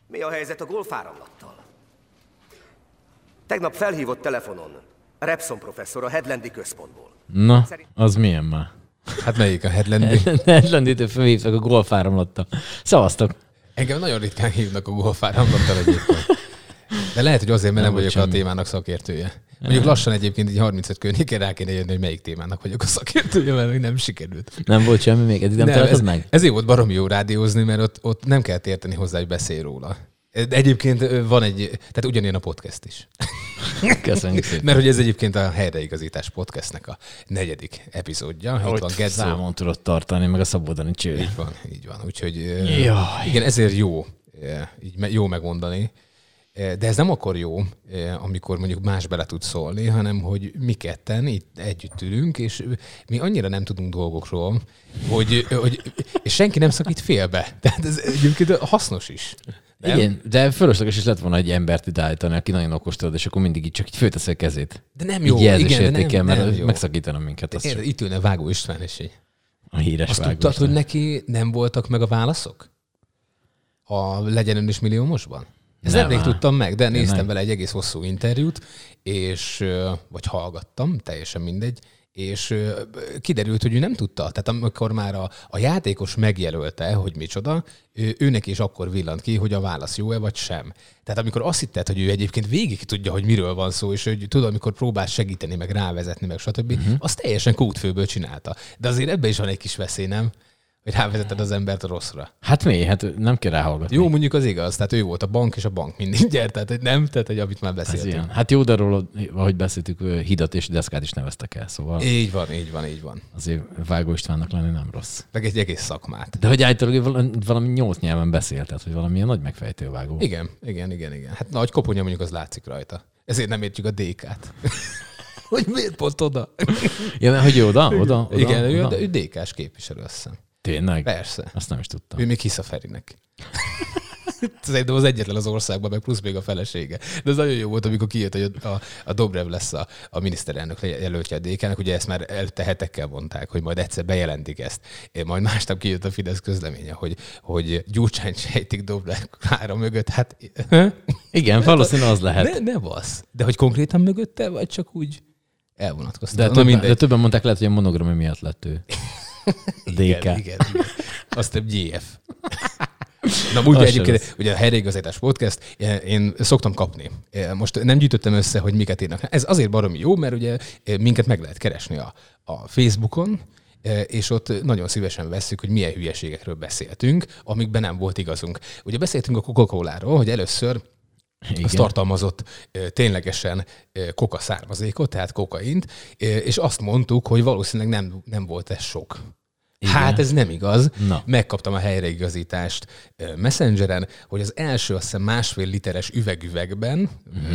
Mi a helyzet a golfáramlattal? Tegnap felhívott telefonon Repson professzor a Headlandi központból. Na, az milyen már? Hát melyik a Headlandi? Headlanditől felhívtak a golfáramlattal. Szavaztok. Engem nagyon ritkán hívnak a golfáramlattal egyébként. De lehet, hogy azért, mert nem vagyok a témának szakértője. Mondjuk lassan egyébként így 35 környékén rá kéne jönni, hogy melyik témának vagyok a szakértője, mert még nem sikerült. Nem volt semmi még? Eddig nem találtad meg? Ezért volt baromi jó rádiózni, mert ott nem kell érteni hozzá, hogy beszélj róla. De egyébként van tehát ugyanilyen a podcast is. Köszönjük szépen. Mert hogy ez egyébként a Helyreigazítás podcastnek a 4. epizódja. Itt van Gedzo. Számon tudod tartani, meg a Szabódani Cső. Így van. Úgyhogy igen, ezért jó, így jó megmondani. De ez nem akkor jó, amikor mondjuk más bele tud szólni, hanem hogy mi ketten itt együtt ülünk, és mi annyira nem tudunk dolgokról, és senki nem szakít félbe. Tehát ez egyébként hasznos is. Nem? Igen, de fölösleges is lett volna egy embert ide állítani, aki nagyon okos tudod, és akkor mindig így csak így fölteszi a kezét. De nem jó. Így jelzésértékkel, mert megszakítanak minket. Itt ülne Vágó István és a híres azt Vágó tudtad, István. hogy neki nem voltak meg a válaszok? A Legyen Ön is milliómosban? Ez nemrég tudtam meg, de néztem vele egy egész hosszú interjút, és vagy hallgattam, teljesen mindegy, és kiderült, hogy ő nem tudta. Tehát amikor már a játékos megjelölte, hogy micsoda, őnek is akkor villant ki, hogy a válasz jó-e vagy sem. Tehát amikor azt hitted, hogy ő egyébként végig tudja, hogy miről van szó, és hogy tudod, amikor próbál segíteni, meg rávezetni, meg stb., azt teljesen kútfőből csinálta. De azért ebben is van egy kis veszély, nem? Hogy rávezeted az embert a rosszra. Hát mi? Hát nem kell ráhallgatni. Jó, mondjuk az igaz. Tehát ő volt a bank, és a bank mindig gyert. Tehát hogy nem, tehát hogy amit már beszéltünk. Hát jó, de róla, ahogy beszéltük, hidat és deszkát is neveztek el, szóval. Így van. Azért Vágó Istvánnak lenni nem rossz. Meg egy egész szakmát. De hogy általában valami 8 nyelven beszélt, tehát hogy valamilyen nagy megfejtő Vágó. Igen. Hát nagy koponya mondjuk az látszik rajta. Ezért nem értjük a DK-t. Hogy miért pont oda? Ja, mert hogy oda? Igen, oda? ő DK-s képviselő, azt hiszem. Tényleg? Persze. Azt nem is tudtam. Ő még hisz a Ferinek. Szerintem az egyetlen az országban, meg plusz még a felesége. De ez nagyon jó volt, amikor kijött, hogy a Dobrev lesz a miniszterelnök jelöltje a DK-nek. Ugye ezt már előtte hetekkel mondták, hogy majd egyszer bejelentik ezt. Majd másnap kijött a Fidesz közleménye, hogy Gyurcsányt sejtik Dobrev Klára mögött. Hát, igen, valószínűleg az lehet. Ne bassz. De hogy konkrétan mögötte, vagy csak úgy elvonatkoztat? De többen mondták, lehet, hogy a monogramja miatt lett ő. DK. Igen. Azt a GF. Na úgy egyébként, ugye a Helyreigazítás podcast, én szoktam kapni. Most nem gyűjtöttem össze, hogy miket írnak. Ez azért baromi jó, mert ugye minket meg lehet keresni a Facebookon, és ott nagyon szívesen vesszük, hogy milyen hülyeségekről beszéltünk, amikben nem volt igazunk. Ugye beszéltünk a Coca-Coláról, hogy először az tartalmazott ténylegesen koka származékot, tehát kokaint, és azt mondtuk, hogy valószínűleg nem volt ez sok. Igen. Hát ez nem igaz. Na. Megkaptam a helyreigazítást Messengeren, hogy az első azt hiszem 1,5 literes üvegben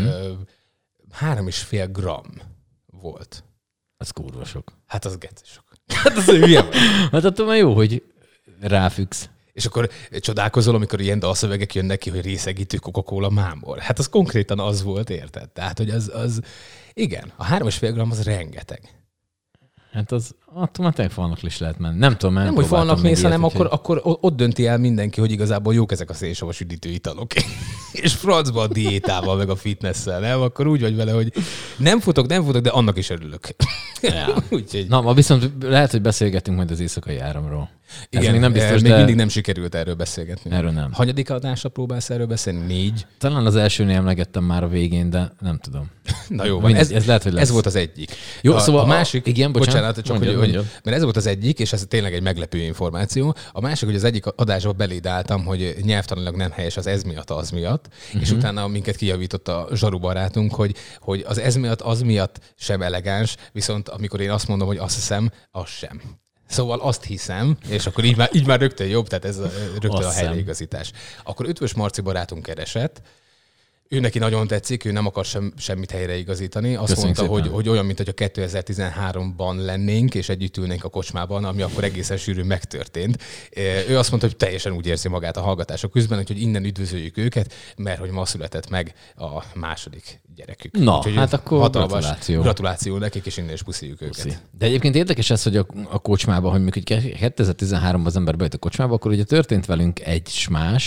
3,5 gram volt. Az kurva sok. Hát az geci sok. Hát az hülye vagy. Hát attól már jó, hogy ráfüggsz. És akkor csodálkozol, amikor ilyen dalszövegek jönnek ki, hogy részegítő Coca-Cola mámor. Hát az konkrétan az volt, érted? Tehát, hogy az igen, a 3,5 gram az rengeteg. Hát az attól már tényleg falnak is lehet menni. Nem tudom, nem hogy falnak mész, hanem akkor ott dönti el mindenki, hogy igazából jók ezek a szénsavas üdítő italok. És francba a diétával, meg a fitnesszel, nem? Akkor úgy vagy vele, hogy nem futok, de annak is örülök. Ja. Úgyhogy... Na, ma viszont lehet, hogy beszélgetünk majd az éjszakai áramról. Igen, még nem biztos, még mindig nem sikerült erről beszélgetni. Erről nem. Hanyadik adásra próbálsz erről beszélni? 4? Talán az elsőnél emlegettem már a végén, de nem tudom. Na jó, van. Ez lehet, hogy lesz. Ez volt az egyik. Jó, szóval a másik, igen, bocsánat, csak mert ez volt az egyik, és ez tényleg egy meglepő információ. A másik, hogy az egyik adásban beléd álltam, hogy nyelvtanilag nem helyes az ez miatt, az miatt, és utána minket kijavított a Zsaru barátunk, hogy az ez miatt, az miatt sem elegáns, viszont amikor én azt mondom, hogy azt hiszem, az sem. Szóval azt hiszem, és akkor így már rögtön jobb, tehát ez rögtön a helyreigazítás. Akkor Ötvös Marci barátunk keresett, ő neki nagyon tetszik, ő nem akar semmit helyreigazítani. Azt mondta, hogy olyan, mint hogy a 2013-ban lennénk, és együtt ülnénk a kocsmában, ami akkor egészen sűrűn megtörtént. Ő azt mondta, hogy teljesen úgy érzi magát a hallgatások közben, hogy innen üdvözöljük őket, mert hogy ma született meg a második gyerekük. Na, úgyhogy hát akkor gratuláció nekik, és innen is puszíjuk őket. De egyébként érdekes ez, hogy a kocsmában, hogy 2013-ban az ember bejött a kocsmába, akkor ugye történt velünk egy smás,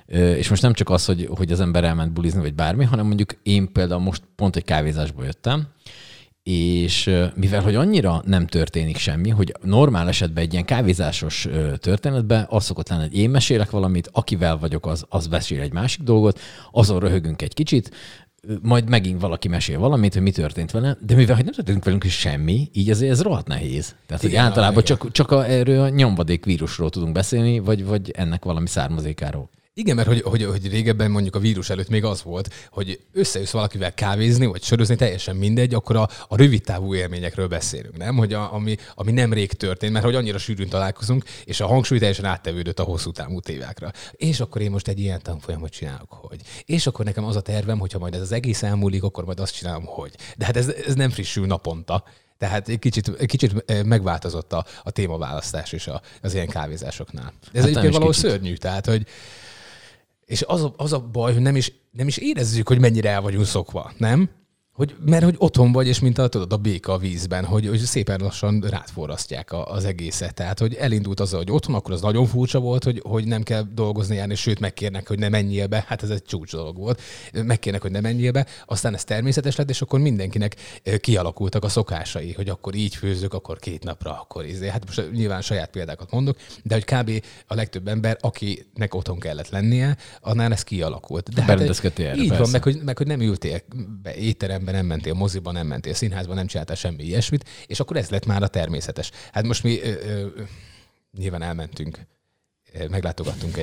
És most nem csak az, hogy az ember elment bulizni, vagy bármi, hanem mondjuk én például most pont egy kávézásból jöttem, és mivel, hogy annyira nem történik semmi, hogy normál esetben egy ilyen kávézásos történetben az szokott lenni, hogy én mesélek valamit, akivel vagyok, az mesél egy másik dolgot, azon röhögünk egy kicsit, majd megint valaki mesél valamit, hogy mi történt vele, de mivel, hogy nem történik velünk is semmi, így azért ez rohadt nehéz. Tehát, hogy általában csak erről a nyomvadék vírusról tudunk beszélni, vagy ennek valami származékáról. Igen, mert hogy régebben mondjuk a vírus előtt még az volt, hogy összejössz valakivel kávézni, vagy sörözni, teljesen mindegy, akkor a rövid távú élményekről beszélünk, nem? Hogy ami nem rég történt, mert hogy annyira sűrűn találkozunk, és a hangsúly teljesen áttevődött a hosszú távú tévákra. És akkor én most egy ilyen tanfolyamot csinálok, hogy. És akkor nekem az a tervem, hogyha majd ez az egész elmúlik, akkor majd azt csinálom, hogy. De hát ez nem frissül naponta. Tehát egy kicsit megváltozott a témaválasztás is az ilyen kávézásoknál. Ez egyébként valahol szörnyű, tehát hogy és az a baj, hogy nem is érezzük, hogy mennyire el vagyunk szokva, nem? Mert hogy otthon vagy, és mint a béka a vízben, hogy szépen lassan rátforrasztják az egészet. Tehát, hogy elindult azzal, hogy otthon, akkor az nagyon furcsa volt, hogy nem kell dolgozni járni, sőt megkérnek, hogy ne menjél be. Hát ez egy csúcs dolog volt. Megkérnek, hogy ne menjél be. Aztán ez természetes lett, és akkor mindenkinek kialakultak a szokásai, hogy akkor így főzök, akkor 2 napra, akkor izé. Hát most nyilván saját példákat mondok, de hogy kb. A legtöbb ember, akinek otthon kellett lennie, annál ez kialakult. De hát így van, meg hogy nem ültél be étteremben, nem mentél moziba, nem mentél színházba, nem csináltál semmi ilyesmit, és akkor ez lett már a természetes. Hát most mi nyilván elmentünk, meglátogattunk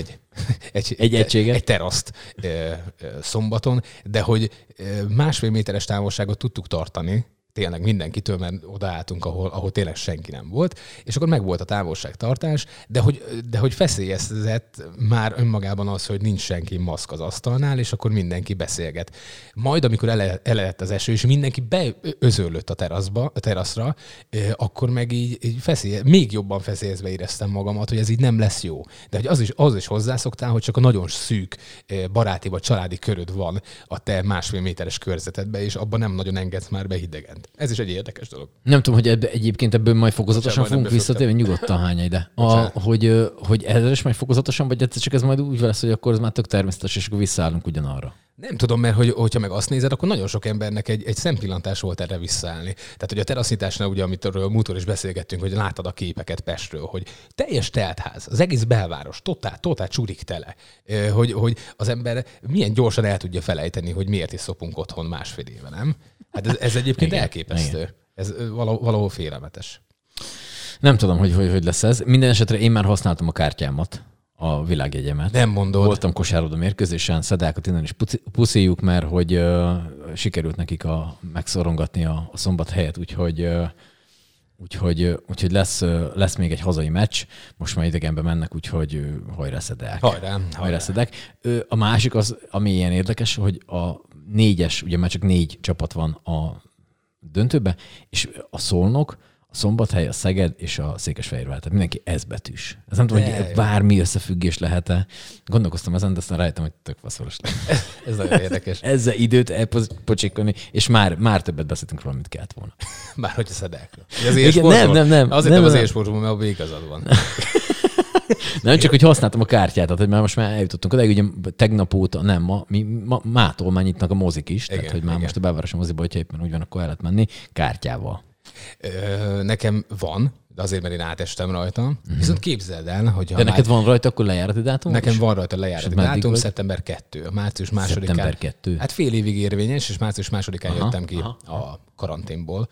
egy teraszt szombaton, de hogy 1,5 méteres távolságot tudtuk tartani, tényleg mindenkitől, mert odaálltunk, ahol tényleg senki nem volt, és akkor meg volt a távolságtartás, de hogy feszélyeztetett már önmagában az, hogy nincs senki maszk az asztalnál, és akkor mindenki beszélget. Majd, amikor elett az eső, és mindenki beözöllött a teraszra, akkor meg így még jobban feszélyezve éreztem magamat, hogy ez így nem lesz jó. De hogy az is hozzászoktál, hogy csak a nagyon szűk baráti vagy családi köröd van a te 1,5 méteres körzetedbe, és abban nem nagyon engedsz már be hidegent. Ez is egy érdekes dolog. Nem tudom, hogy egyébként ebből majd fokozatosan fogunk visszatérni, nyugodtan hány ide. Hogy ez is majd fokozatosan, vagy csak ez majd úgy lesz, hogy akkor ez már tök természetes, és akkor visszaállunk ugyanarra. Nem tudom, mert hogyha meg azt nézed, akkor nagyon sok embernek egy szempillantás volt erre visszaállni. Tehát, hogy a teraszításnál, ugye, amitől múltkor is beszélgettünk, hogy láttad a képeket Pestről, hogy teljes teltház, az egész belváros, totál csurik tele, hogy az ember milyen gyorsan el tudja felejteni, hogy miért is szopunk otthon 1,5 éve, nem? Hát ez egyébként igen, elképesztő. Igen. Ez valahol félelmetes. Nem tudom, hogy lesz ez. Minden esetre én már használtam a kártyámat, a világjegyemet. Nem mondod. Voltam kosárlabda mérkőzésen, Szedákat innen is puszíjuk, mert hogy sikerült nekik megszorongatni a Szombathelyet, úgyhogy lesz még egy hazai meccs. Most már idegenbe mennek, úgyhogy hajrá Szedák. Hajrá Szedák. A másik az, ami ilyen érdekes, hogy a 4-es, ugye már csak 4 csapat van a döntőben, és a Szolnok, a Szombathely, a Szeged és a Székesfehérvár. Tehát mindenki S-betűs. Ez nem tudom, hogy bármi összefüggés lehet-e. Gondolkoztam ezen, de aztán rájöttem, hogy tök faszoros lehet. Ez nagyon érdekes. Ezzel időt elpocsékolni, és már többet beszéltünk róla, mint kellett volna. Már hogy a Szedákra. Nem. Azért nem az élsportban, mert abban igazad van. Nem csak, hogy használtam a kártyát, tehát hogy már most már eljutottunk oda, ugye tegnap óta, mától már nyitnak a mozik is, tehát hogy már most a belvárosi moziba, hogyha éppen úgy van, akkor el lehet menni kártyával. Nekem van, de azért, mert én átestem rajta. Viszont képzeld el, hogy... De neked van rajta akkor lejárati dátum? Nekem van rajta lejárati dátum, szeptember 2. A március 2-án. Szeptember 2. Hát fél évig érvényes, és március 2-án jöttem ki a karanténból.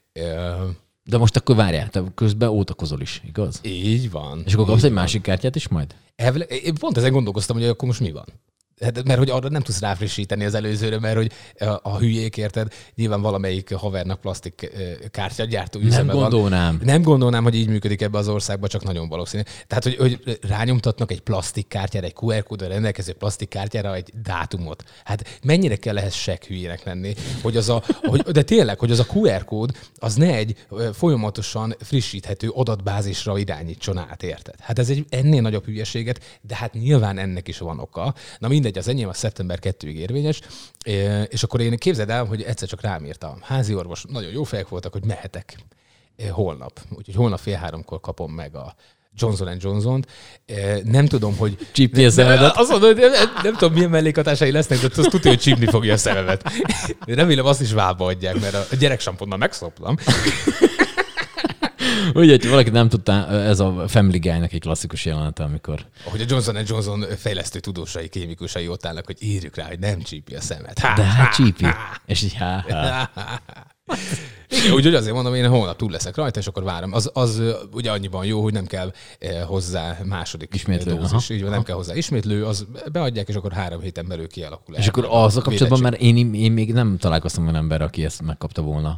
De most akkor várjál, te közben ótakozol is, igaz? Így van. És akkor kapsz egy másik kártyát is majd? Én pont ezen gondolkoztam, hogy akkor most mi van. Mert hogy arra nem tudsz ráfrissíteni az előzőre, mert hogy a hülyék, érted, nyilván valamelyik havernak plastik kártyagyártó üzeme van. Nem gondolnám, hogy így működik ebbe az országban, csak nagyon valószínű. Tehát, hogy rányomtatnak egy plastik kártyára, egy QR kóddal rendelkező plastik kártyára egy dátumot. Hát mennyire kell ehhez hülyének lenni, de tényleg, hogy az a QR kód az ne egy folyamatosan frissíthető adatbázisra irányítson át, érted? Hát ez egy ennél nagyobb hülyeséget, de hát nyilván ennek is van oka. Na mindegy, az enyém a szeptember 2-ig érvényes, és akkor én képzeld el, hogy egyszer csak rám írt a házi orvos, nagyon jó fejek voltak, hogy mehetek holnap. Úgyhogy holnap 14:30 kapom meg a Johnson & Johnson-t. Nem tudom, hogy... Csípni a szemedet. Azt mondom, hogy nem tudom, milyen mellékhatásai lesznek, de azt tudja, hogy csípni fogja a szememet. Remélem azt is vába adják, mert a gyereksamponnal megszoptam. Úgy, hogy valaki nem tudta, ez a Family Guy-nak egy klasszikus jelenete, amikor... Hogy a Johnson & Johnson fejlesztő tudósai, kémikusai ott állnak, hogy írjuk rá, hogy nem csípi a szemet. De hát csípi. És így Igen, úgyhogy azért mondom, én holnap túl leszek rajta, és akkor várom. Az ugye annyiban jó, hogy nem kell hozzá második ismétlő dózis. Így van, nem kell hozzá ismétlő, az beadják, és akkor 3 héten belül kialakul. És akkor azzal kapcsolatban, mert én még nem találkoztam olyan ember, aki ezt megkapta volna.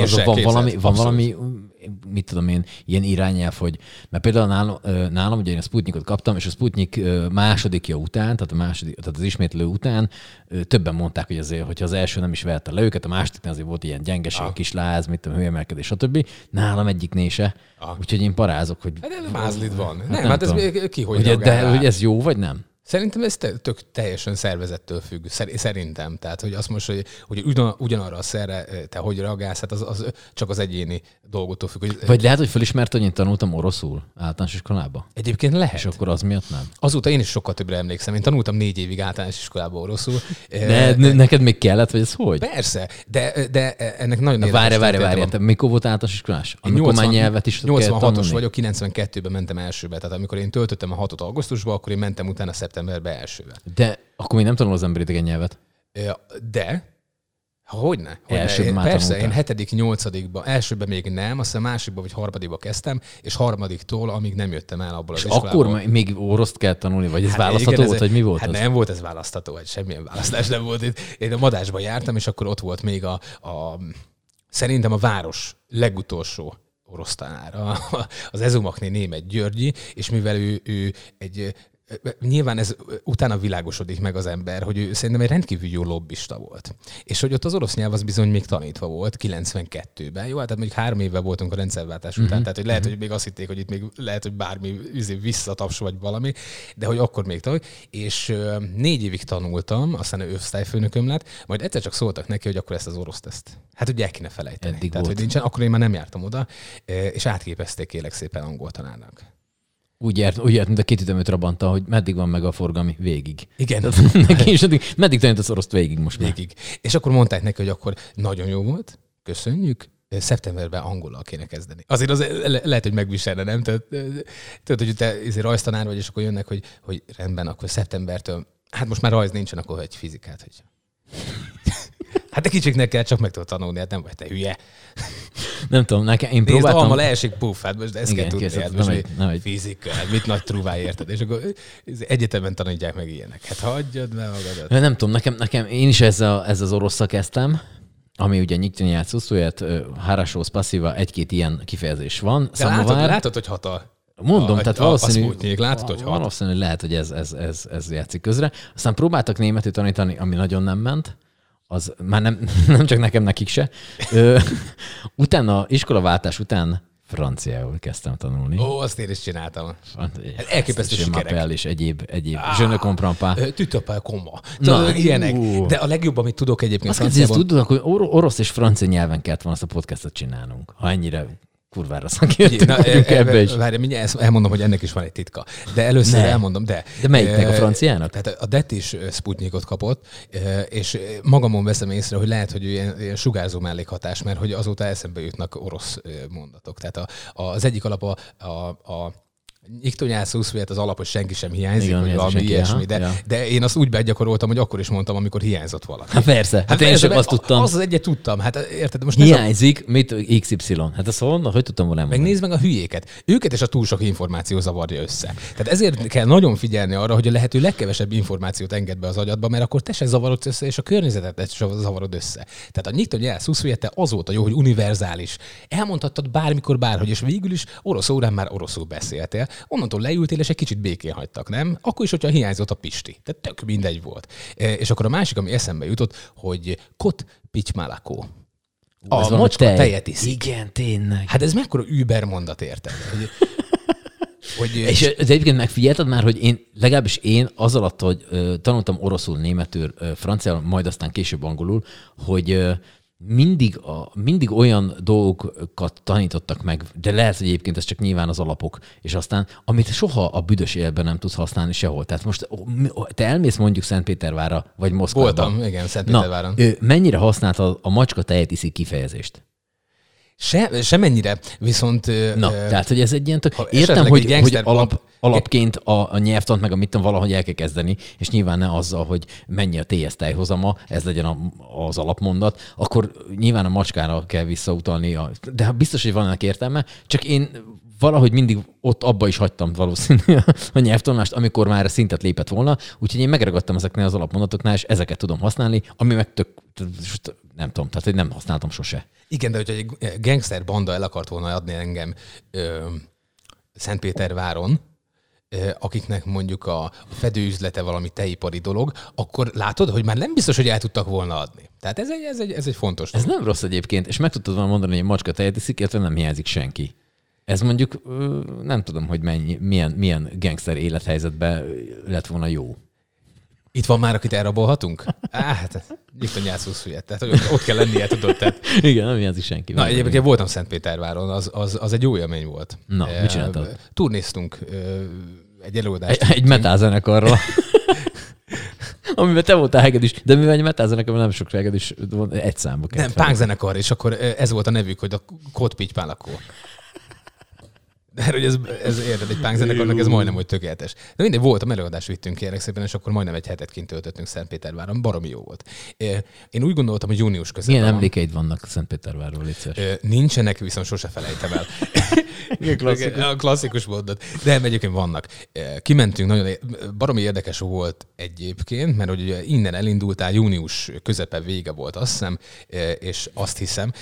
Van valami, mit tudom én, ilyen irányelv, hogy, mert például nálam ugye én a Sputnikot kaptam, és a Sputnik másodikja után, tehát az ismétlő után többen mondták, hogy azért, hogyha az első nem is verte le őket, a másodiknál azért volt ilyen gyengeség, kis láz, mit tudom, hőemelkedés, stb. Nálam egyiknél se. Úgyhogy én parázok, hogy... Mázlid van. Nem, hát ez ki hogy ugye, de hogy ez jó, vagy nem? Szerintem ez teljesen szervezettől függ. Szerintem. Tehát, hogy azt most, hogy ugyanarra a szerre te hogy reagálsz, hát az csak az egyéni dolgoktól függ. Hogy... Vagy lehet, hogy fölismert, hogy én tanultam oroszul általános iskolába? Egyébként lehet. És akkor az miatt nem? Azóta én is sokkal többre emlékszem. Én tanultam 4 évig általános iskolába oroszul. De neked még kellett, vagy ez hogy? Persze, de ennek nagyon érdekes. Várj, te mikor volt általános iskolás? Amikor már nyelvet is 86-os vagyok, 92-ben mentem elsőbe. Tehát amikor én töltöttem a 6-ot augusztusban, akkor én mentem utána szeptemberbe elsőbe. De akkor még nem tanul az ember idegen nyelvet? De? Hogyne? Elsőben már persze, tanultál. én 7.-8. Elsőben még nem, aztán másodikban vagy harmadikban kezdtem, és harmadiktól, amíg nem jöttem el abból az iskolából. Akkor még oroszt kell tanulni, vagy ez választható volt, vagy mi volt hát az? Nem volt ez választható, vagy semmilyen választás nem volt. Én a Madásban jártam, és akkor ott volt még szerintem a város legutolsó orosz tanára, az Ezumakné Németh Györgyi, és mivel ő egy... Nyilván ez utána világosodik meg az ember, hogy ő szerintem egy rendkívül jó lobbista volt. És hogy ott az orosz nyelv az bizony még tanítva volt 92-ben. Jó, hát mondjuk 3 évvel voltunk a rendszerváltás után, tehát hogy lehet, hogy még azt hitték, hogy itt még lehet, hogy bármi visszataps vagy valami, de hogy akkor még tanult. És 4 évig tanultam, aztán ő osztályfőnököm lett, majd egyszer csak szóltak neki, hogy akkor ezt az orosz teszt. Hát ugye el kéne felejteni. Eddig tehát, volt. hogy nincsen, akkor én már nem jártam oda, és átképezték kérlek szépen angol tanárnak. Úgy járt, mint a 2 ütemű Trabanta, hogy meddig van meg a forgalmi? Végig. Igen. Neki is meddig tanítasz oroszt végig most már? Végig. És akkor mondták neki, hogy akkor nagyon jó volt, köszönjük, szeptemberben angollal kéne kezdeni. Azért az lehet, hogy megviselne, nem? Tudod, hogy te rajztanár vagy, és akkor jönnek, hogy rendben, akkor szeptembertől, hát most már rajz nincsen, akkor egy fizikát. Hogy... Hát a kicsiknek kell csak meg tudod tanulni, hát nem vagy te hülye. Nem tudom, én próbáltam... Nézd, leesik, puff, hát most ezt kell tudni. Hát most nem fizika, hát mit nagy trúvá érted. És akkor egyetemen tanítják meg ilyenek. Hát hagyjad meg magadat. Nem tudom, nekem én is ez az orosszal kezdtem, ami ugye nyitni szóját, harasó, passzíva, 1-2 ilyen kifejezés van. De látod, hogy hatal. Mondom, tehát valószínű, látod, hogy valószínű lehet, hogy ez játszik közre. Aztán próbáltak németül tanítani, ami nagyon nem ment. Az már nem csak nekem, nekik se. Utána, iskolaváltás után franciául kezdtem tanulni. Ó, azt én is csináltam. Elképesztő sikerek. És egyéb je ne comprends pas. Tu t'appelles comment. Ilyenek. De a legjobb, amit tudok egyébként azt franciában... Azt tudod, hogy orosz és francia nyelven kellett volna ezt a podcastot csinálnunk. Ha ennyire kurvára szakértünk ebbe is. Várj, mindjárt elmondom, hogy ennek is van egy titka. De először elmondom, de... De melyiknek, a franciának? Tehát a Det is Sputnikot kapott, és magamon veszem észre, hogy lehet, hogy ilyen sugárzó mellékhatás, mert hogy azóta eszembe jutnak orosz mondatok. Tehát az egyik alap a Iktonyász úszvélet az alap, hogy senki sem hiányzik, igen, vagy valami ilyesmi, de én azt úgy begyakoroltam, hogy akkor is mondtam, amikor hiányzott valaki. Hát persze, hát én sem azt tudtam. Az egyet tudtam, hát érted? Most hiányzik, mit XY? Hát azt honnan, hogy tudtam volna elmondani? Megnézd meg a hülyéket. Őket és a túl sok információ zavarja össze. Tehát ezért kell nagyon figyelni arra, hogy a lehető legkevesebb információt enged be az agyadba, mert akkor te se zavarodsz össze, és a környezetet se zavarod össze. Tehát a Iktonyász úszvélet azóta jó, hogy univerzális. Elmondhattad bármikor, bárhogy, és végül is orosz órán már oroszul beszéltél. Onnantól leültél, és egy kicsit békén hagytak, nem? Akkor is, hogyha hiányzott a Pisti. Tehát tök mindegy volt. És akkor a másik, ami eszembe jutott, hogy kot pitymalakó. A mocska tejet iszik. Igen, tényleg. Hát ez mekkora über mondat, érted? És egyébként megfigyelted már, hogy legalábbis én az alatt, hogy tanultam oroszul, németül, franciául, majd aztán később angolul, hogy mindig olyan dolgokat tanítottak meg, de lehet, hogy egyébként ez csak nyilván az alapok, és aztán, amit soha a büdös életben nem tudsz használni sehol. Tehát most te elmész mondjuk Szentpétervárra, vagy Moszkvába. Voltam, igen, Szentpéterváron. Mennyire használtad a macska tejet iszik kifejezést? Semennyire, viszont... Tehát, hogy ez egy ilyen... Értem, hogy alapként a nyelvtant meg a mit tudom, valahogy el kell kezdeni, és nyilván ne azzal, hogy mennyi a TS tejhozama, ez legyen az alapmondat, akkor nyilván a macskára kell visszautalni, de biztos, hogy van ennek értelme, csak én valahogy mindig ott abba is hagytam valószínűleg a nyelvtanulást, amikor már szintet lépett volna, úgyhogy én megragadtam ezeknél az alapmondatoknál, és ezeket tudom használni, ami meg nem tudom, tehát nem használtam sose. Igen, de hogyha egy gangster banda el akart volna adni engem Szentpéterváron, akiknek mondjuk a fedőüzlete valami tejipari dolog, akkor látod, hogy már nem biztos, hogy el tudtak volna adni. Tehát ez egy fontos dolog. Ez nem rossz egyébként, és meg tudtad volna mondani, hogy macska tejet iszik, illetve nem hiányzik senki. Ez mondjuk nem tudom, hogy milyen gangster élethelyzetben lett volna jó. Itt van már, akit elrabolhatunk? Hát, itt a nyászúsz hülye. Tehát ott kell lennie, tudod. Tehát... Igen, nem hiányzik senki. Na, egyébként voltam Szentpéterváron, az egy jó élmény volt. Na, mit csináltad? Turnéztunk egy előadást. Egy metálzenekarral. Amiben te voltál hegedűs, de mivel egy metálzenekarban nem sok hegedűs, egy számba kell. Nem, pánkzenekar, és akkor ez volt a nevük, hogy a Kód Pittypán lakó. De hogy ez érted, egy pánkzenekarnak ez majdnem, hogy tökéletes. De mindegy, voltam, előadást vittünk kérlek szépen, és akkor majdnem egy hetet kint töltöttünk Szentpéterváron. Baromi jó volt. Én úgy gondoltam, hogy június közben. Milyen emlékeid vannak Szentpétervárról, légy szíves? Nincsenek, viszont sose felejtem el. A klasszikus mondat. De egyébként vannak. Kimentünk, nagyon baromi érdekes volt egyébként, mert hogy innen elindultál, június közepe vége volt, azt hiszem, és azt hiszem.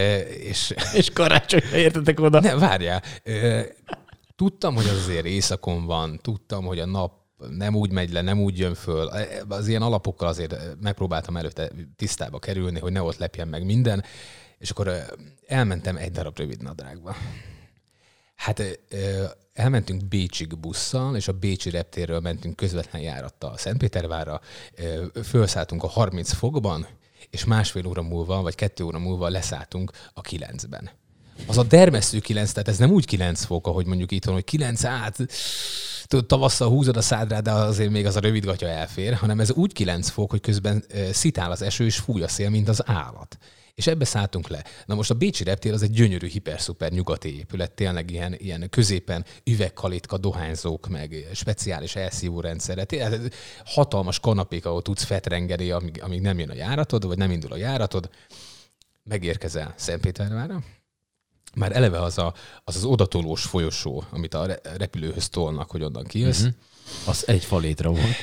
És karácsonyra értetek oda. Ne, várjál. Tudtam, hogy az azért éjszakon van, tudtam, hogy a nap nem úgy megy le, nem úgy jön föl. Az ilyen alapokkal azért megpróbáltam előtte tisztába kerülni, hogy ne ott lepjen meg minden, és akkor elmentem egy darab rövid nadrágba. Hát elmentünk Bécsig busszal, és a bécsi reptérről mentünk közvetlen járattal Szentpétervárra, fölszálltunk a 30 fokban, és másfél óra múlva, vagy 2 óra múlva leszálltunk a 9-ben. Az a dermesztő 9, tehát ez nem úgy 9 fok, ahogy mondjuk itt van, hogy 9 át, tavasszal húzod a szádrád, de azért még az a rövidgatya elfér, hanem ez úgy 9 fok, hogy közben szitál az eső, és fúj a szél, mint az állat. És ebbe szálltunk le. Na most a bécsi reptér az egy gyönyörű, hiper-szuper nyugati épület, tényleg ilyen középen üvegkalitka, dohányzók, meg speciális elszívó rendszerre. Hatalmas kanapék, ahol tudsz fetrengeni, amíg nem jön a járatod, vagy nem indul a járatod. Megérkezel Szentpétervárra. Már eleve az odatolós folyosó, amit a repülőhöz tolnak, hogy onnan kijössz. Mm-hmm. Az egy falétra volt.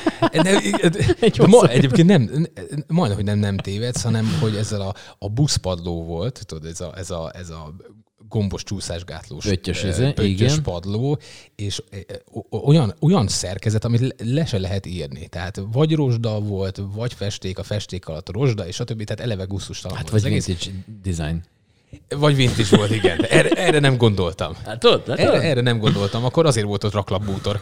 Egyébként majdnem, hogy nem tévedsz, hanem hogy ezzel a buszpadló volt, tudod, ez a gombos csúszásgátlós pöttyös padló, és olyan szerkezet, amit le se lehet írni. Tehát vagy rozsda volt, vagy festék, a festék alatt rozsda, és a többi, tehát eleve gusztustalan hát volt. Vagy vintage design. Vagy vintage volt, igen. Erre nem gondoltam. Erre nem gondoltam, akkor azért volt ott raklapbútor.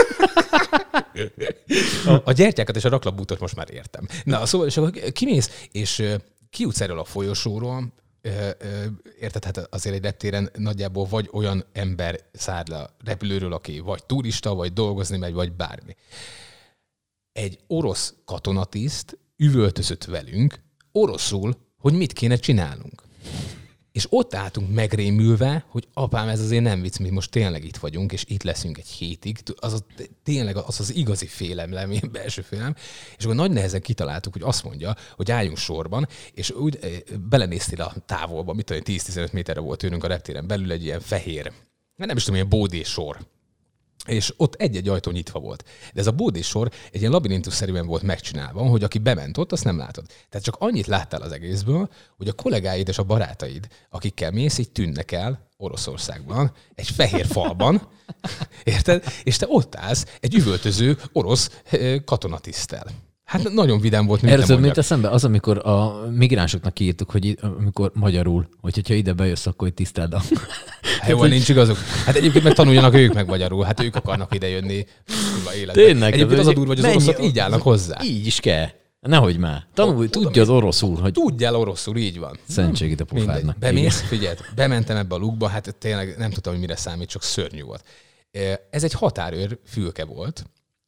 A gyertyákat és a raklapbútort most már értem. Na, szóval, és akkor kimész, és kijutsz erről a folyosóról, érted, hát azért egy reptéren nagyjából vagy olyan ember száll le a repülőről, aki vagy turista, vagy dolgozni megy, vagy bármi. Egy orosz katonatiszt üvöltözött velünk oroszul, hogy mit kéne csinálnunk. És ott álltunk megrémülve, hogy apám, ez azért nem vicc, mi most tényleg itt vagyunk, és itt leszünk egy hétig. Tényleg az igazi félelem, ilyen belső félelem. És akkor nagy nehezen kitaláltuk, hogy azt mondja, hogy álljunk sorban, és úgy belenéztél a távolba, mit tudom, 10-15 méterre volt tőlünk a reptéren belül egy ilyen fehér, nem is tudom, ilyen bódésor. És ott egy-egy ajtó nyitva volt. De ez a bódéssor egy ilyen labirintusszerűen volt megcsinálva, hogy aki bement ott, azt nem látod. Tehát csak annyit láttál az egészből, hogy a kollégáid és a barátaid, akikkel mész, így tűnnek el Oroszországban, egy fehér falban, érted? És te ott állsz egy üvöltöző orosz katonatiszttel. Hát nagyon vidám volt, mint erről mint eszembe az, amikor a migránsoknak kiírtuk, hogy amikor magyarul, hogyha ide bejössz, akkor tiszteld a... Hát jó, nincs igazuk. Hát egyébként meg tanuljanak ők meg magyarul. Hát ők akarnak ide jönni életben. Tényleg. Egyébként az a durva, hogy az oroszok így állnak hozzá. Így is kell. Nehogy már. Tanulj, tudja az oroszul, hogy... Tudjál oroszul, így van. Szentségét a pofádnak. Bemész, figyelj, bementem ebbe a lukba, hát tényleg nem tudtam, hogy mire számít, csak szörnyű volt. Ez egy határőr fülke volt,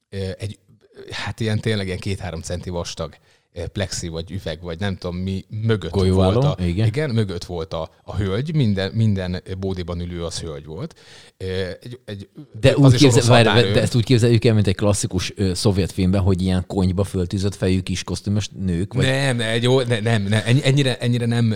hát tényleg ilyen 2-3 centi vastag plexi, vagy üveg, vagy nem tudom mi, mögött Golyóálló, volt igen, mögött volt a hölgy, minden bódiban ülő az hölgy volt. De ezt úgy képzeljük el, mint egy klasszikus szovjet filmben, hogy ilyen konyba föltűzött fejű kis kosztümös nők? Vagy... Nem, ennyire nem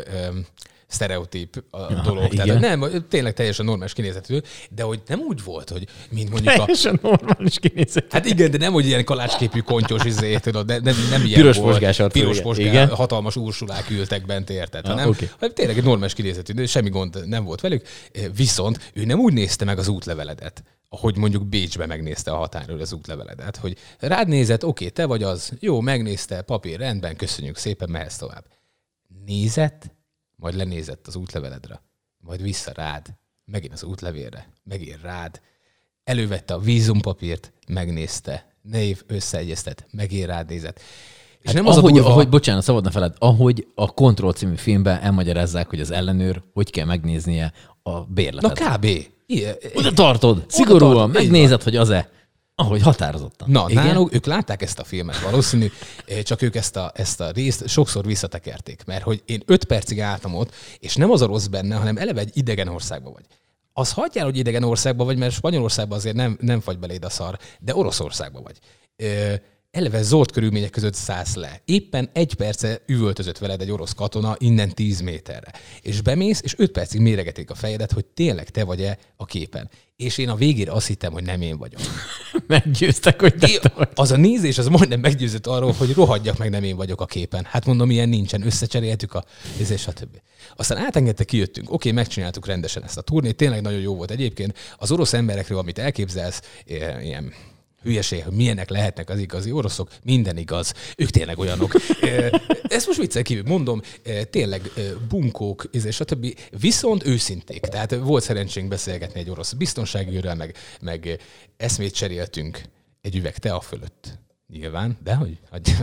sztereotíp a dolog. Tehát nem, tényleg teljesen normális kinézetű, de hogy nem úgy volt, hogy mint mondjuk teljesen normális kinézetű. Hát igen, de nem, hogy ilyen kalácsképű kontyos tudod, de nem ilyen piros volt. Piros posgás, hatalmas ursulák ültek bent, érted? Hanem tényleg egy normális kinézetű, de semmi gond nem volt velük. Viszont ő nem úgy nézte meg az útleveledet, ahogy mondjuk Bécsbe megnézte a határőr az útleveledet, hogy rád nézett, oké, te vagy az, jó, megnézte, papír, rendben, köszönjük szépen, mehetsz tovább. Nézett, majd lenézett az útleveledre, majd vissza rád, megint az útlevélre, megint rád, elővette a vízumpapírt, megnézte, név összeegyeztet, megint rád nézett. És nem az ahogy, bocsánat, szabadna feled, ahogy a Control című filmben elmagyarázzák, hogy az ellenőr hogy kell megnéznie a bérletet. Na kb. Oda tartod, szigorúan, megnézed, hogy az-e. Ahogy határozottan. Na, náluk ők látták ezt a filmet valószínű, csak ők ezt a részt sokszor visszatekerték, mert hogy én 5 percig álltam ott, és nem az a rossz benne, hanem eleve egy idegen országban vagy. Az hagyjál, hogy idegen országban vagy, mert Spanyolországban azért nem fagy beléd a szar, de Oroszországban vagy. Eleve zord körülmények között szállsz le. Éppen 1 perce üvöltözött veled egy orosz katona innen 10 méterre. És bemész, és 5 percig méregetik a fejedet, hogy tényleg te vagy-e a képen. És én a végére azt hittem, hogy nem én vagyok. Meggyőztek, hogy te vagy. Az a nézés, az majdnem meggyőzött arról, hogy rohadjak meg, nem én vagyok a képen. Hát mondom, ilyen nincsen, összecseréltük a nézés, stb. Aztán átengedte, kijöttünk. Oké, megcsináltuk rendesen ezt a turnét, tényleg nagyon jó volt egyébként. Az orosz emberekről, amit elképzelsz, ilyen hülyeség, hogy milyenek lehetnek az igazi oroszok, minden igaz, ők tényleg olyanok. Ezt most viccel kívül mondom, tényleg bunkók, stb. Viszont őszinték. Tehát volt szerencsénk beszélgetni egy orosz biztonsági őrrel, meg eszmét cseréltünk egy üveg tea fölött. Nyilván, de hogy?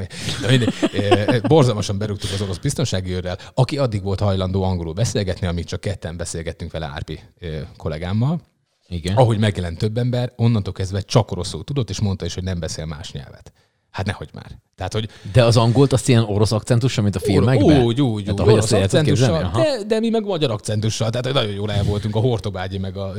Borzalmasan berúgtuk az orosz biztonsági őrrel, aki addig volt hajlandó angolul beszélgetni, amíg csak ketten beszélgettünk vele Árpi kollégámmal. Igen. Ahogy megjelent több ember, onnantól kezdve csak oroszul tudott, és mondta is, hogy nem beszél más nyelvet. Hát nehogy már. Tehát, hogy... De az angolt azt ilyen orosz akcentussal, mint a filmekben? Úgy, hát, orosz akcentussal, de mi meg magyar akcentussal. Tehát nagyon jól el voltunk, a hortobágyi meg a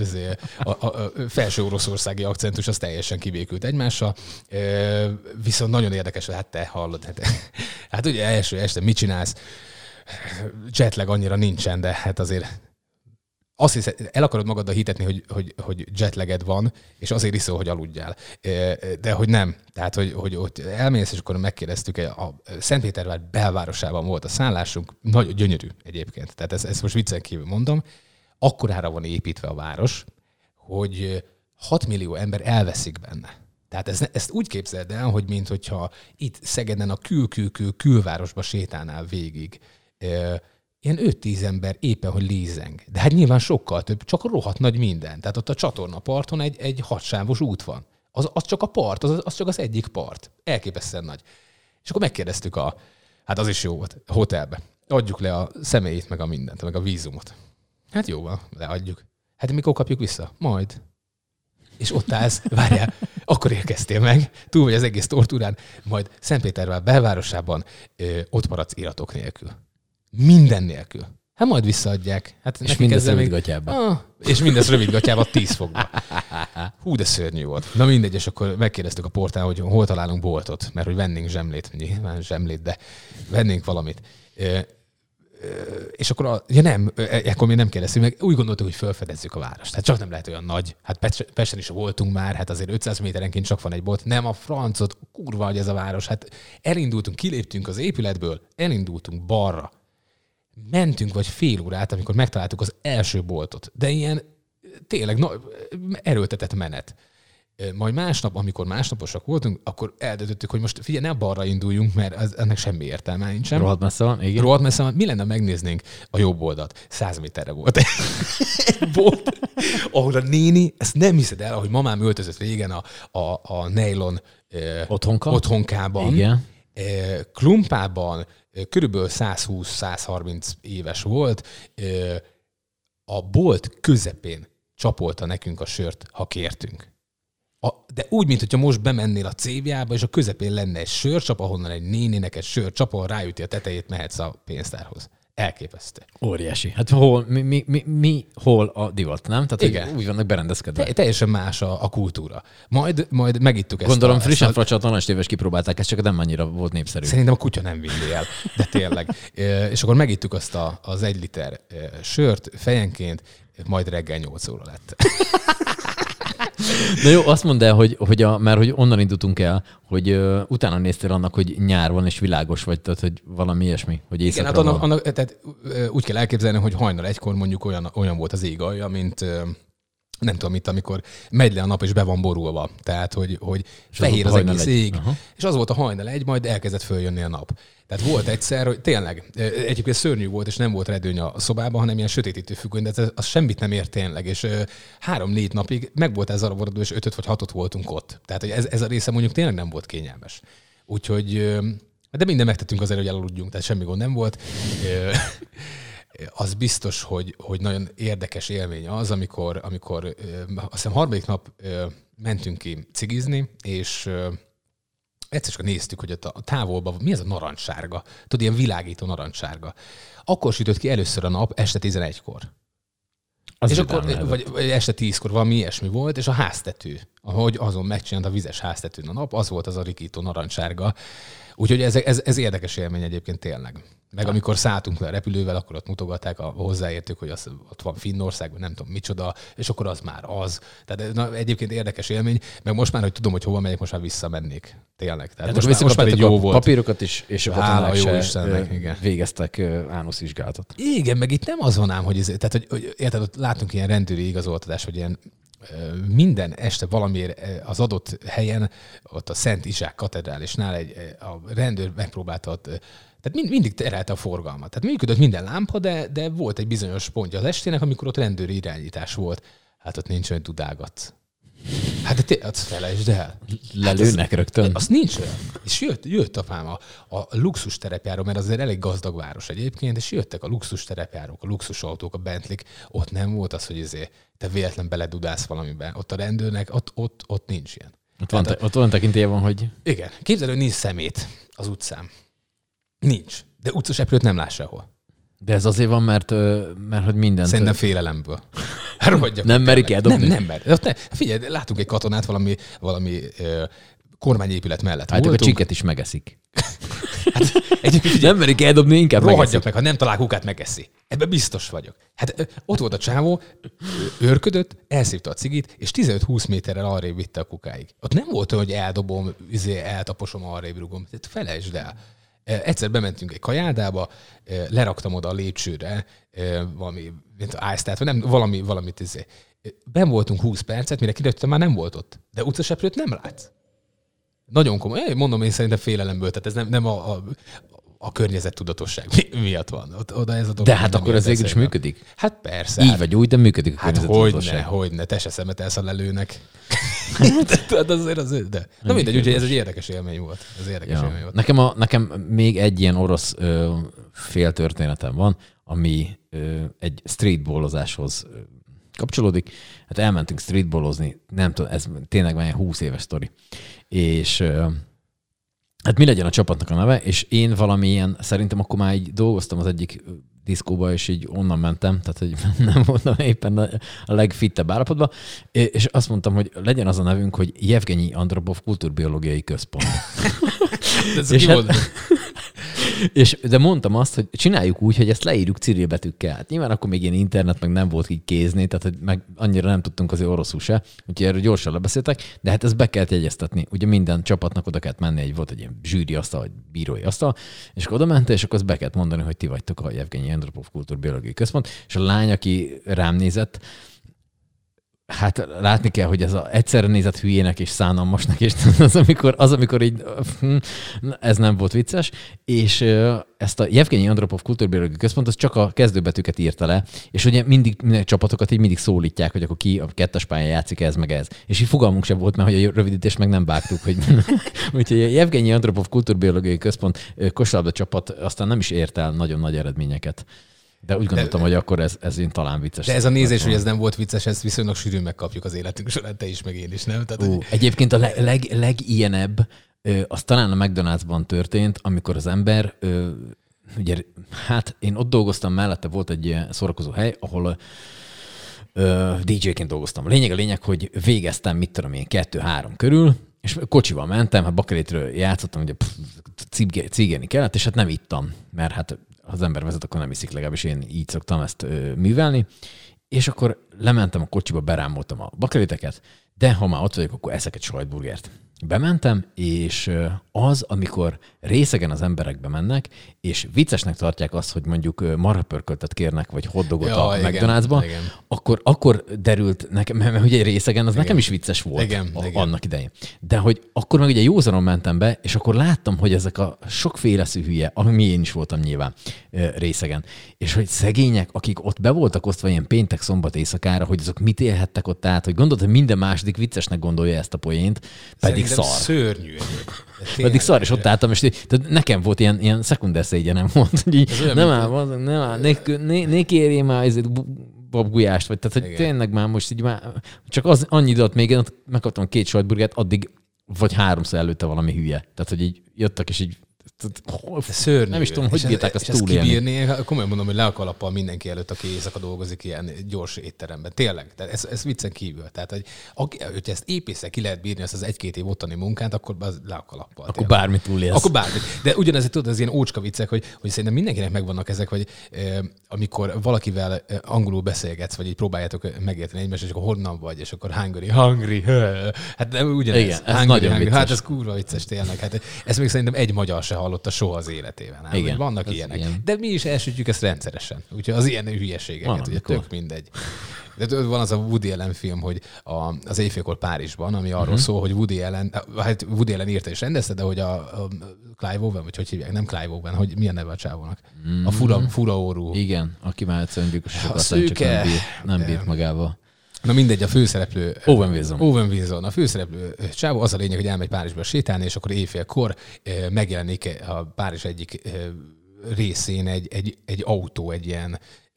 felső oroszországi akcentus, az teljesen kivékült egymással. Viszont nagyon érdekes, hát te hallod. Hát ugye első este mit csinálsz? Jetlag annyira nincsen, de hát azért... Azt hiszed, el akarod magaddal hitetni, hogy jetlaged van, és azért iszol, hogy aludjál. De hogy nem. Tehát, hogy ott elmész, és akkor megkérdeztük, a Szentpétervár belvárosában volt a szállásunk, nagyon gyönyörű egyébként. Tehát ezt most viccen kívül mondom. Akkorára van építve a város, hogy 6 millió ember elveszik benne. Tehát ezt úgy képzeld el, hogy minthogyha itt Szegeden a külvárosba sétálnál végig. Ilyen 5-10 ember éppen, hogy lézeng. De hát nyilván sokkal több, csak rohadt nagy minden. Tehát ott a csatornaparton egy 6-sávos út van. Az csak a part, az csak az egyik part. Elképesztően nagy. És akkor megkérdeztük hát az is jó volt, a hotelbe. Adjuk le a személyét, meg a mindent, meg a vízumot. Hát jó van, leadjuk. Hát mikor kapjuk vissza? Majd. És ott állsz, várjál, akkor érkeztél meg, túl vagy az egész tortúrán, majd Szentpétervár belvárosában ott maradsz iratok nélkül. Minden nélkül. Hát majd visszaadják. Hát és mindezt rövidgatjában. És mindezt rövidgatjában 10 fokban. Hú, de szörnyű volt. Na mindegy, és akkor megkérdeztük a portán, hogy hol találunk boltot, mert hogy vennénk zsemlét, nyilván zsemlét, de vennénk valamit. És akkor ekkor még nem kérdeztünk meg, úgy gondoltuk, hogy felfedezzük a várost. Hát csak nem lehet olyan nagy. Hát Pesten is voltunk már, hát azért 500 méterenként csak van egy bolt. Nem a francot, kurva, hogy ez a város. Hát elindultunk, kiléptünk az épületből, elindultunk balra. Mentünk vagy fél órát, amikor megtaláltuk az első boltot. De ilyen tényleg erőltetett menet. Majd másnap, amikor másnaposak voltunk, akkor eldöntöttük, hogy most figyelj, ne balra induljunk, mert ennek semmi értelme nincsen. Rohadt messze van, igen. Rohadt messze van. Mi lenne, megnéznénk a jobb oldalt? 100 méterre volt egy bolt, ahol a néni, ezt nem hiszed el, ahogy mamám öltözött régen a nylon otthonkában. Igen. Klumpában körülbelül 120-130 éves volt, a bolt közepén csapolta nekünk a sört, ha kértünk. De úgy, mint hogyha most bemennél a cévjába, és a közepén lenne egy sörcsap, ahonnan egy néninek egy sörcsap, ahol ráüti a tetejét, mehetsz a pénztárhoz. Elképesztő. Óriási. Hát hol a divat, nem? Tehát igen. Úgy vannak berendezkedve. Teljesen más a kultúra. Majd megittuk ezt. Gondolom frissen fracsa tanács téves kipróbálták, ez csak nem annyira volt népszerű. Szerintem a kutya nem vinni el, de tényleg. És akkor megittuk azt az 1 liter sört fejenként, majd reggel 8 óra lett. Na jó, azt mondd el, mert hogy onnan indultunk el, hogy utána néztél annak, hogy nyár van és világos vagy, tehát hogy valami ilyesmi, hogy éjszakra igen, hát tehát úgy kell elképzelni, hogy hajnal 1-kor mondjuk olyan volt az ég alja, mint nem tudom mit, amikor megy le a nap és be van borulva. Tehát, hogy fehér az egész ég. És az volt a hajnal 1, majd elkezdett följönni a nap. Tehát volt egyszer, hogy tényleg, egyébként szörnyű volt, és nem volt redőny a szobában, hanem ilyen sötétítő függöny, de az semmit nem ért tényleg. És 3-4 napig meg volt ez a borodó, és 5 vagy 6 voltunk ott. Tehát hogy ez a része mondjuk tényleg nem volt kényelmes. Úgyhogy, de minden megtettünk azért, hogy elaludjunk, tehát semmi gond nem volt. Az biztos, hogy nagyon érdekes élmény az, amikor azt hiszem 3. nap mentünk ki cigizni, és egyszer csak néztük, hogy a távolban mi ez a narancssárga. Tudod, ilyen világító narancssárga. Akkor sütött ki először a nap este 11-kor. És akkor, vagy este 10-kor valami ilyesmi volt, és a háztető, ahogy azon megcsinált a vizes háztetőn a nap, az volt az a rikító narancssárga. Úgyhogy ez érdekes élmény egyébként tényleg. Meg amikor szálltunk le a repülővel, akkor ott mutogatták a hozzáértők, hogy ott van Finnország, vagy nem tudom micsoda, és akkor az már az. Tehát egyébként érdekes élmény, meg most már, hogy tudom, hogy hova megyek, most már visszamennék. Tényleg. Tehát most már egy jó volt. Papírokat is, és a katonák se végeztek ánuszvizsgálatot. Igen, meg itt nem az van ám, hogy érted, ott látunk ilyen rendőri igazoltatást, hogy ilyen minden este valamiért az adott helyen, ott a Szent Izsák katedrálisnál a rendőr megpróbálta tehát mindig terelte a forgalmat. Tehát működött minden lámpa, de volt egy bizonyos pontja az estének, amikor ott rendőri irányítás volt. Hát ott nincs olyan tudágat. Hát de azt felejtsd el. Lelőnek rögtön. Azt nincs olyan. És jött apám a luxus terepjáró, mert azért elég gazdag város egyébként, és jöttek a luxus terepjárók, a luxus autók, a Bentleyk. Ott nem volt az, hogy te véletlen beledudálsz valamiben. Ott a rendőrnek, ott nincs ilyen. Ott olyan tekintélye van, hogy... Igen. Képzeld, hogy nincs szemét az utcán. Nincs. De utcaseprőt nem láss sehol. De ez azért van, mert hogy mindent... Szerintem félelemből. Nem merik eldobni? Nem mer. Figyelj, látunk egy katonát valami kormányépület mellett. Hát a csikket is megeszik. Hát, nem merik eldobni, inkább rohadjak meg, ha nem talál kukát, megeszi. Ebben biztos vagyok. Hát ott volt a csávó, őrködött, elszívta a cigit, és 15-20 méterrel arrébb vitte a kukáig. Ott nem volt olyan, hogy eldobom, eltaposom, arrébb rugom. Felejtsd el. Egyszer bementünk egy kajádába, leraktam oda a lépcsőre valami, mint ice-tát, vagy nem, valamit. Ben voltunk 20 percet, mire kiderültem, már nem volt ott. De utcaseprőt nem látsz. Nagyon komoly. Mondom, én szerintem félelemből, tehát ez nem a környezettudatosság miatt van. Oda ez a dolog. De hát akkor ez végül is működik? Hát persze. Így vagy úgy, de működik a környezettudatosság. Hát hogyne, te se szemetelsz a lelőnek. De. Na mindegy, úgyhogy ez egy érdekes élmény volt. Élmény volt. Nekem még egy ilyen orosz féltörténetem van, ami egy streetballozáshoz kapcsolódik. Hát elmentünk streetballozni, nem tudom, ez tényleg már 20 éves sztori. És hát mi legyen a csapatnak a neve, és én valamilyen, szerintem akkor már így dolgoztam az egyik diszkóba, és így onnan mentem, tehát hogy nem voltam éppen a legfittebb állapotban, és azt mondtam, hogy legyen az a nevünk, hogy Jevgenyi Andropov Kultúrbiológiai Központ. De mondtam azt, hogy csináljuk úgy, hogy ezt leírjuk cirilbetűkkel. Hát nyilván akkor még ilyen internet, meg nem volt így kézni, tehát hogy meg annyira nem tudtunk azért oroszul se, úgyhogy erről gyorsan lebeszéltek, de hát ezt be kellett jegyeztetni. Ugye minden csapatnak oda kellett menni, volt egy ilyen zsűri asztal, vagy bírói asztal, és akkor oda mente, és akkor azt be kellett mondani, hogy ti vagytok a Jevgenyi Andropov Kultúrbiológiai Központ, és a lány, aki rám nézett, Hát látni kell, hogy ez egyszerre nézett hülyének és szánalmasnak, és az, amikor így, ez nem volt vicces, és ezt a Jevgenyi Andropov Kultúrbiológiai Központ, az csak a kezdőbetűket írta le, és ugye minden csapatokat így mindig szólítják, hogy akkor ki a kettes pályán játszik ez, meg ez. És így fogalmunk sem volt, mert hogy a rövidítést meg nem vágtuk, hogy úgyhogy a Jevgenyi Andropov Kultúrbiológiai Központ kosárlabda csapat aztán nem is ért el nagyon nagy eredményeket. De úgy gondoltam, hogy akkor ez én talán vicces. De ez a nézés, hogy ez nem volt vicces, ezt viszonylag sűrűn megkapjuk az életünk során, te is, meg én is, nem? Tehát, Egyébként a legilyenebb, az talán a McDonald'sban történt, amikor az ember, ugye, hát én ott dolgoztam, mellette volt egy ilyen szórakozó hely, ahol DJ-ként dolgoztam. A lényeg, hogy végeztem, mit tudom én, 2-3 körül, és kocsival mentem, hát bakelétről játszottam, ugye cigélni kellett, és hát nem ittam, mert hát ha az ember vezet, akkor nem iszik, legalábbis én így szoktam ezt művelni. És akkor lementem a kocsiba, berámoltam a bakeléteket, de ha már ott vagyok, akkor eszek egy sajtburgert. Bementem, és az, amikor részegen az emberek bemennek, és viccesnek tartják azt, hogy mondjuk marhapörköltet kérnek, vagy hotdogot a McDonald'sban, akkor derült nekem, mert ugye részegen az nekem is vicces volt annak idején. De hogy akkor meg ugye józanon mentem be, és akkor láttam, hogy ezek a sokféle hülye, ami én is voltam nyilván részegen, és hogy szegények, akik ott be voltak osztva ilyen péntek-szombat éjszakára, hogy azok mit élhettek ott át, hogy gondolod, hogy minden második viccesnek gondolja ezt a poént, pedig szar. Szörnyű. Pedig szar, és ott álltam, és tehát nekem volt ilyen szekunder szégyenem volt, hogy így, nem áll, ne kérjél már babgulyást, vagy tehát, hogy tényleg már most így már, csak az annyi időt még, én megkaptam 2 sajtburgert, addig vagy 3-szor előtte valami hülye. Tehát, hogy így jöttek, és így szörnyű. Nem is tudom, hogy bírták azt túlélni. Kibírni, komolyan mondom, hogy le a kalappal mindenki előtt, aki éjszaka dolgozik ilyen gyors étteremben. Tényleg, tehát ez viccen kívül. Tehát, hogy ezt épészel ki lehet bírni, azt az 1-2 év ottani munkát, akkor az le a kalappal. Akkor bármit túlélsz. Akkor bármit. De ugyanez, tudod, az ilyen ócska viccek, hogy szerintem mindenkinek megvannak ezek, hogy amikor valakivel angolul beszélgetsz, vagy így próbáljátok megérteni egymást, és akkor honnan vagy, és akkor hungry. Hát nem ugyanez. Igen, ez nagyon vicces. Hát ez kurva vicces tényleg. Hát ez még szerintem egy magyar se hallotta soha az életében. Igen, vannak ilyenek. Igen. De mi is elsütjük ezt rendszeresen. Úgyhogy az ilyen hülyeségeket, ugye tök mindegy. De van az a Woody Allen film, hogy az Éjfélkor Párizsban, ami arról szól, hogy Woody Allen írta és rendezte, de hogy a Clive Owen, vagy hogy hívják, nem Clive Owen, hogy milyen neve a csávónak? A fura orrú. Igen, aki már egyszerűen gyilkosokat csak nem bírt magával. Na mindegy, a főszereplő... Owen Wilson. A főszereplő csávó, az a lényeg, hogy elmegy Párizsba sétálni, és akkor éjfélkor megjelenik a Párizs egyik részén egy autó, egy ilyen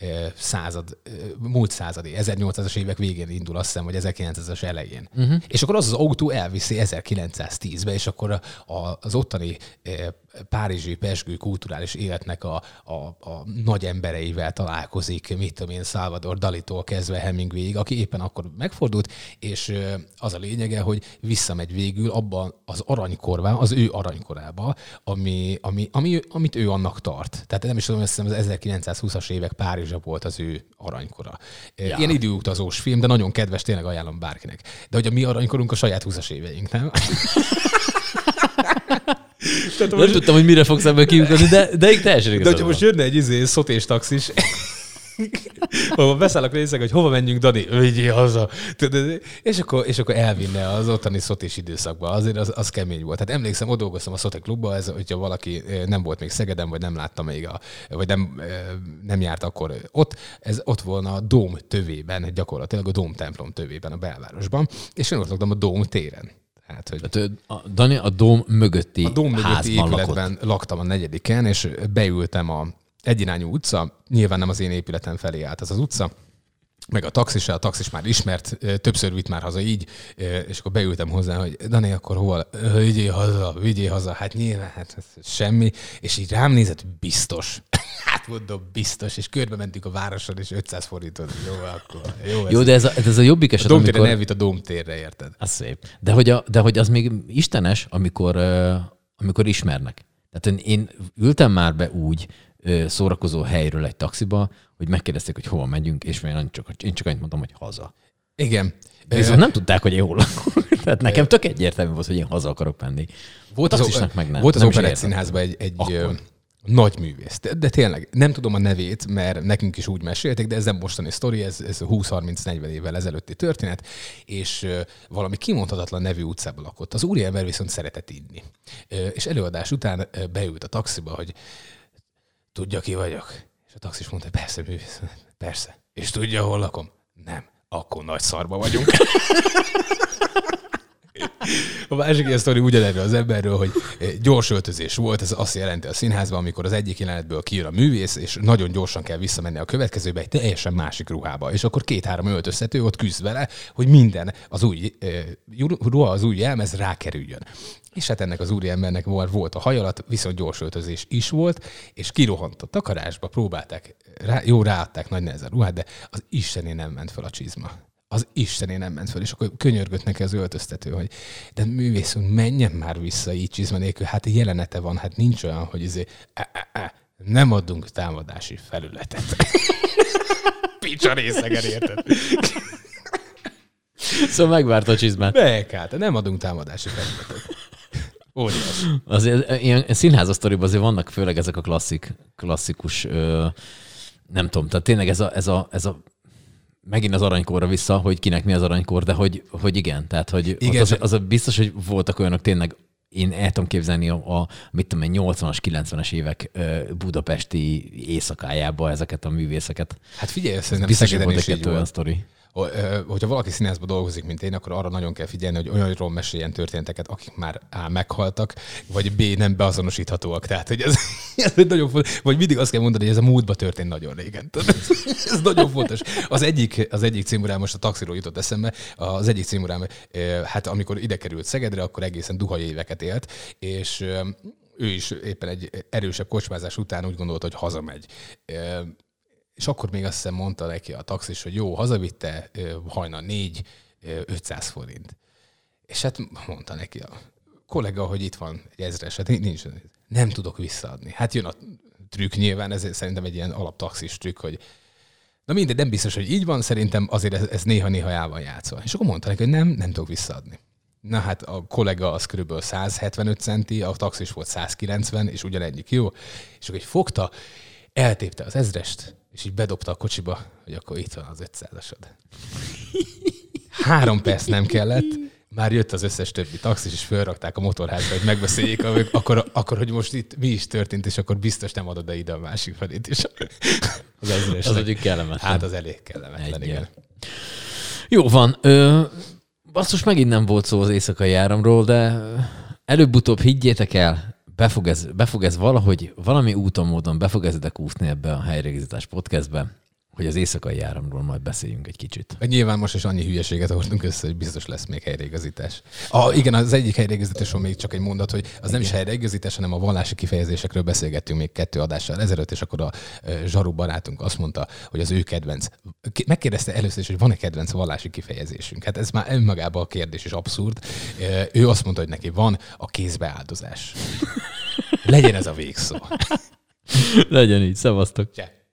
múlt századi, 1800-as évek végén indul, azt hiszem, vagy 1900-as elején. És akkor az autó elviszi 1910-be, és akkor az ottani párizsi pezsgő kulturális életnek a nagy embereivel találkozik, mit tudom én, Salvador Dalitól kezdve Hemingwayig, aki éppen akkor megfordult, és az a lényege, hogy visszamegy végül abban az aranykorba, az ő aranykorába, amit ő annak tart. Tehát nem is tudom, azt hiszem, az 1920-as évek Párizsa volt az ő aranykora. Ja. Ilyen időutazós film, de nagyon kedves, tényleg ajánlom bárkinek. De hogy a mi aranykorunk a saját 20-as éveink, nem? Nem tudtam, hogy mire fogsz ebből kiutatni, de így teljesen igazad. De hogyha most jönne egy szotés taxis, ahol beszállok részeg, hogy hova menjünk, Dani, vigyél haza. És akkor elvinne az ottani szotés időszakba. Azért az kemény volt. Tehát emlékszem, ott dolgoztam a Szotek klubban, hogyha valaki nem volt még Szegeden, vagy nem látta még, vagy nem járt akkor ott volna a Dóm tövében, gyakorlatilag a Dóm templom tövében a belvárosban, és én ott laktam a Dóm téren. Hát, hogy Dani a Dóm mögötti a Dóm mögötti épületben laktam a 4. és beültem a egyirányú utca, nyilván nem az én épületem felé állt az utca, meg a taxis már ismert, többször vitt már haza így, és akkor beültem hozzá, hogy Dani, akkor hol? Vigyél haza. Hát nyilván, hát semmi. És így rám nézett, biztos. Hát mondom, biztos. És körbe mentünk a városon, és 500 forintot. Jó, de ez a jobbik eset, a Dómtérre amikor... elvitt a Dómtérre, érted? Az szép. De hogy az még istenes, amikor ismernek. Tehát én ültem már be úgy szórakozó helyről egy taxiba, hogy megkérdezték, hogy hova megyünk, és én csak annyit mondtam, hogy haza. Igen. Viszont nem tudták, hogy én hol lakok. Tehát nekem tök egyértelmű volt, hogy én haza akarok menni. Volt az Operett Színházban egy Nagy művész. De tényleg, nem tudom a nevét, mert nekünk is úgy mesélték, de ez nem mostani sztori, ez 20-30-40 évvel ezelőtti történet, és valami kimondhatatlan nevű utcában lakott. Az úriember viszont szeretett inni. És előadás után beült a taxiba, hogy tudja, ki vagyok. És a taxis mondta, hogy persze, művész, persze. És tudja, hol lakom? Nem. Akkor nagy szarba vagyunk. A másik ilyen sztori ugyanerről az emberről, hogy gyors öltözés volt, ez azt jelenti a színházban, amikor az egyik jelenetből kijön a művész, és nagyon gyorsan kell visszamenni a következőbe egy teljesen másik ruhába. És akkor 2-3 öltöztető ott küzd vele, hogy minden az új ruha, az új jelmez rákerüljön. És hát ennek az úriembernek volt a haj alatt, viszont gyors öltözés is volt, és kirohant a takarásba, próbálták, ráadták nagy nehezen ruhát, de az istené nem ment fel a csizma. Az istené nem ment fel, és akkor könyörgött neki az öltöztető, hogy de művész úr, menjen már vissza így csizma nélkül, hát jelenete van, hát nincs olyan, hogy nem adunk támadási felületet. Picsa részegen, érted? Szóval megvárta a csizmát. Hát nem adunk támadási felületet. Óriás. Azért ilyen színházas sztoriban azért vannak főleg ezek a klasszikus, nem tudom, tehát tényleg ez a megint az aranykorra vissza, hogy kinek mi az aranykor, de hogy igen, tehát hogy igen, az biztos, hogy voltak olyanok tényleg, én el tudom képzelni mit tudom én, 80-as, 90-es évek budapesti éjszakájába ezeket a művészeket. Hát figyelj, szerintem biztos, hogy volt egy olyan sztori. Hogyha valaki színházban dolgozik, mint én, akkor arra nagyon kell figyelni, hogy olyanról meséljen történeteket, akik már A. meghaltak, vagy B. nem beazonosíthatóak. Tehát, hogy ez nagyon fontos. Vagy mindig azt kell mondani, hogy ez a múltba történt nagyon régen. Ez nagyon fontos. Az egyik címurám, most a taxiról jutott eszembe, az egyik címurám, hát amikor ide került Szegedre, akkor egészen duhai éveket élt, és ő is éppen egy erősebb kocsmázás után úgy gondolta, hogy hazamegy. És akkor még azt hiszem mondta neki a taxis, hogy jó, hazavitte hajnal 4, 500 forint. És hát mondta neki a kollega, hogy itt van egy 1000-es, hát nincs, nem tudok visszaadni. Hát jön a trükk nyilván, ez szerintem egy ilyen alaptaxis trükk, hogy na mindegy, nem biztos, hogy így van, szerintem azért ez néha-néha el van játszva. És akkor mondta neki, hogy nem tudok visszaadni. Na hát a kollega az körülbelül 175 centi, a taxis volt 190, és ugyanennyi jó. És akkor egy fogta, eltépte az 1000-est, és így bedobta a kocsiba, hogy akkor itt van az 500-asod. 3 perc nem kellett, már jött az összes többi taxis, és felrakták a motorházba, hogy megbeszéljék, akkor, hogy most itt mi is történt, és akkor biztos nem adod ide a másik felét is. Az 1000-esnek. Az egyik kellemetlen. Hát az elég kellemetlen, igen. Jó van. Basszus, megint nem volt szó az éjszakai áramról, de előbb-utóbb higgyétek el, be fog ez valahogy, valami úton, módon be fog ezedek úszni ebbe a Helyreigazítás podcastbe, hogy az éjszakai áramról majd beszéljünk egy kicsit. Nyilván most is annyi hülyeséget hordunk össze, hogy biztos lesz még helyreigazítás. Igen, az egyik helyreigazításról még csak egy mondat, hogy az nem is helyreigazítás, hanem a vallási kifejezésekről beszélgettünk még 2 adással ezelőtt, és akkor a Zsaru barátunk azt mondta, hogy az ő kedvenc. Megkérdezte először is, hogy van-e kedvenc vallási kifejezésünk. Hát ez már önmagában a kérdés is abszurd. Ő azt mondta, hogy neki van a kézbeáldozás. Legyen ez a végszó. Legyen így, szevasztok. Cseh.